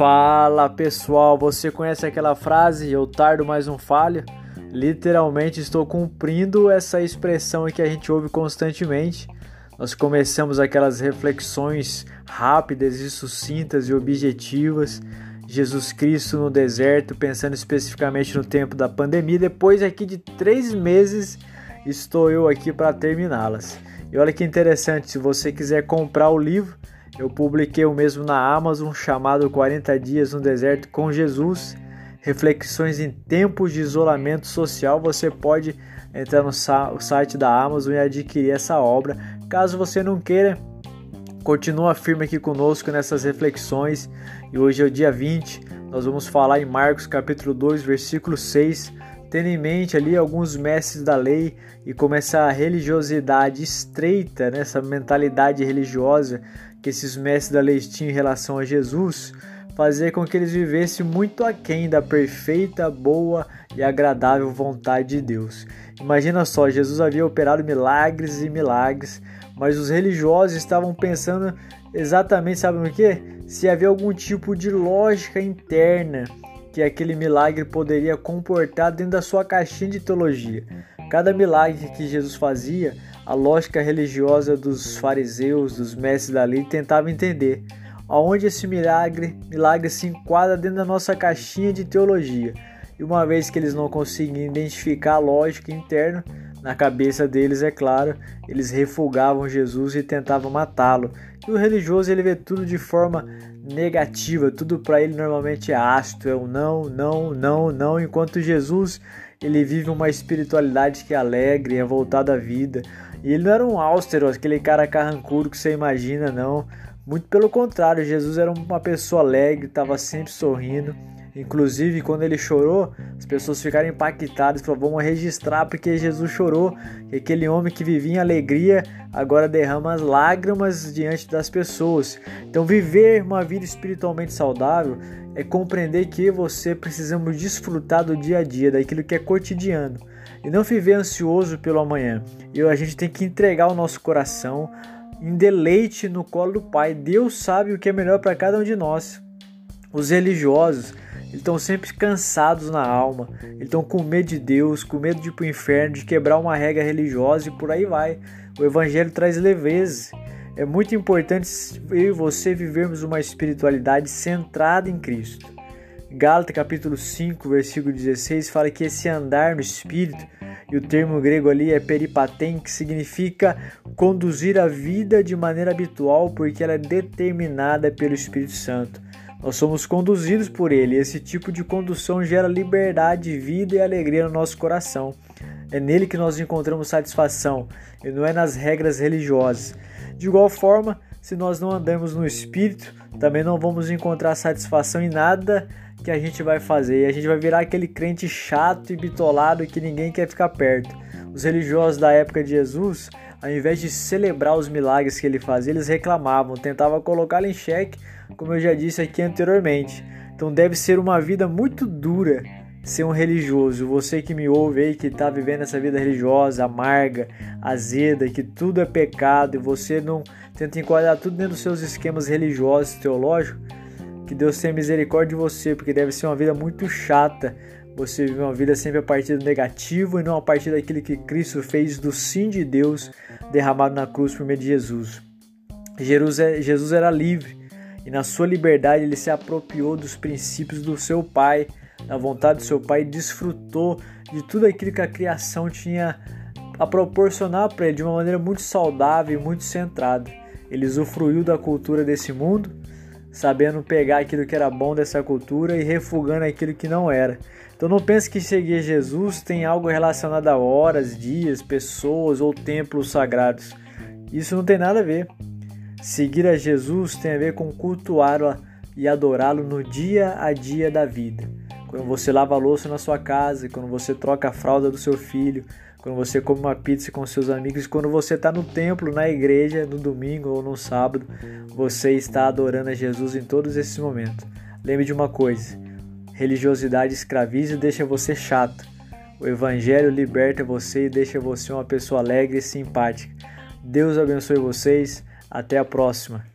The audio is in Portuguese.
Fala pessoal, você conhece aquela frase, eu tardo mas não falho? Literalmente estou cumprindo essa expressão que a gente ouve constantemente. Nós começamos aquelas reflexões rápidas e sucintas e objetivas. Jesus Cristo no deserto, pensando especificamente no tempo da pandemia. Depois aqui de 3 meses estou eu aqui para terminá-las. E olha que interessante, se você quiser comprar o livro, eu publiquei o mesmo na Amazon, chamado 40 Dias no Deserto com Jesus, reflexões em tempos de isolamento social. Você pode entrar no site da Amazon e adquirir essa obra. Caso você não queira, continua firme aqui conosco nessas reflexões. E hoje é o dia 20, nós vamos falar em Marcos capítulo 2, versículo 6, tendo em mente ali alguns mestres da lei e como essa religiosidade estreita, né, essa mentalidade religiosa que esses mestres da lei tinham em relação a Jesus, fazer com que eles vivessem muito aquém da perfeita, boa e agradável vontade de Deus. Imagina só, Jesus havia operado milagres e milagres, mas os religiosos estavam pensando exatamente, sabe no quê? Se havia algum tipo de lógica interna que aquele milagre poderia comportar dentro da sua caixinha de teologia. Cada milagre que Jesus fazia, a lógica religiosa dos fariseus, dos mestres da lei, tentava entender aonde esse milagre se enquadra dentro da nossa caixinha de teologia. E uma vez que eles não conseguiam identificar a lógica interna, na cabeça deles, é claro, eles refugavam Jesus e tentavam matá-lo. E o religioso, ele vê tudo de forma negativa, tudo para ele normalmente é ácido, é um não, não, não, não, enquanto Jesus, ele vive uma espiritualidade que é alegre, é voltada à vida. E ele não era um austero, aquele cara carrancudo que você imagina, não. Muito pelo contrário, Jesus era uma pessoa alegre, estava sempre sorrindo. Inclusive, quando ele chorou, as pessoas ficaram impactadas e falaram, vamos registrar porque Jesus chorou. E aquele homem que vivia em alegria, agora derrama as lágrimas diante das pessoas. Então, viver uma vida espiritualmente saudável é compreender que você precisamos desfrutar do dia a dia, daquilo que é cotidiano. E não viver ansioso pelo amanhã. E a gente tem que entregar o nosso coração em deleite no colo do Pai. Deus sabe o que é melhor para cada um de nós. Os religiosos, eles estão sempre cansados na alma, eles estão com medo de Deus, com medo de ir para o inferno, de quebrar uma regra religiosa e por aí vai. O Evangelho traz leveza. É muito importante eu e você vivermos uma espiritualidade centrada em Cristo. Gálatas capítulo 5, versículo 16, fala que esse andar no Espírito, e o termo grego ali é peripatem, que significa conduzir a vida de maneira habitual, porque ela é determinada pelo Espírito Santo. Nós somos conduzidos por Ele, e esse tipo de condução gera liberdade, vida e alegria no nosso coração. É nele que nós encontramos satisfação, e não é nas regras religiosas. De igual forma, se nós não andarmos no Espírito, também não vamos encontrar satisfação em nada que a gente vai fazer. E a gente vai virar aquele crente chato e bitolado que ninguém quer ficar perto. Os religiosos da época de Jesus, ao invés de celebrar os milagres que ele fazia, eles reclamavam, tentavam colocá-lo em xeque, como eu já disse aqui anteriormente. Então deve ser uma vida muito dura ser um religioso. Você que me ouve aí, que está vivendo essa vida religiosa, amarga, azeda, que tudo é pecado e você não tenta enquadrar tudo dentro dos seus esquemas religiosos, teológicos, que Deus tenha misericórdia de você, porque deve ser uma vida muito chata. Você vive uma vida sempre a partir do negativo e não a partir daquilo que Cristo fez, do sim de Deus derramado na cruz por meio de Jesus. Jesus era livre e na sua liberdade ele se apropriou dos princípios do seu Pai, da vontade do seu Pai, e desfrutou de tudo aquilo que a criação tinha a proporcionar para ele de uma maneira muito saudável e muito centrada. Ele usufruiu da cultura desse mundo, sabendo pegar aquilo que era bom dessa cultura e refugando aquilo que não era. Então não pense que seguir Jesus tem algo relacionado a horas, dias, pessoas ou templos sagrados. Isso não tem nada a ver. Seguir a Jesus tem a ver com cultuá-lo e adorá-lo no dia a dia da vida. Quando você lava a louça na sua casa, quando você troca a fralda do seu filho, quando você come uma pizza com seus amigos, quando você está no templo, na igreja, no domingo ou no sábado, você está adorando a Jesus em todos esses momentos. Lembre de uma coisa, religiosidade escraviza e deixa você chato. O Evangelho liberta você e deixa você uma pessoa alegre e simpática. Deus abençoe vocês, até a próxima.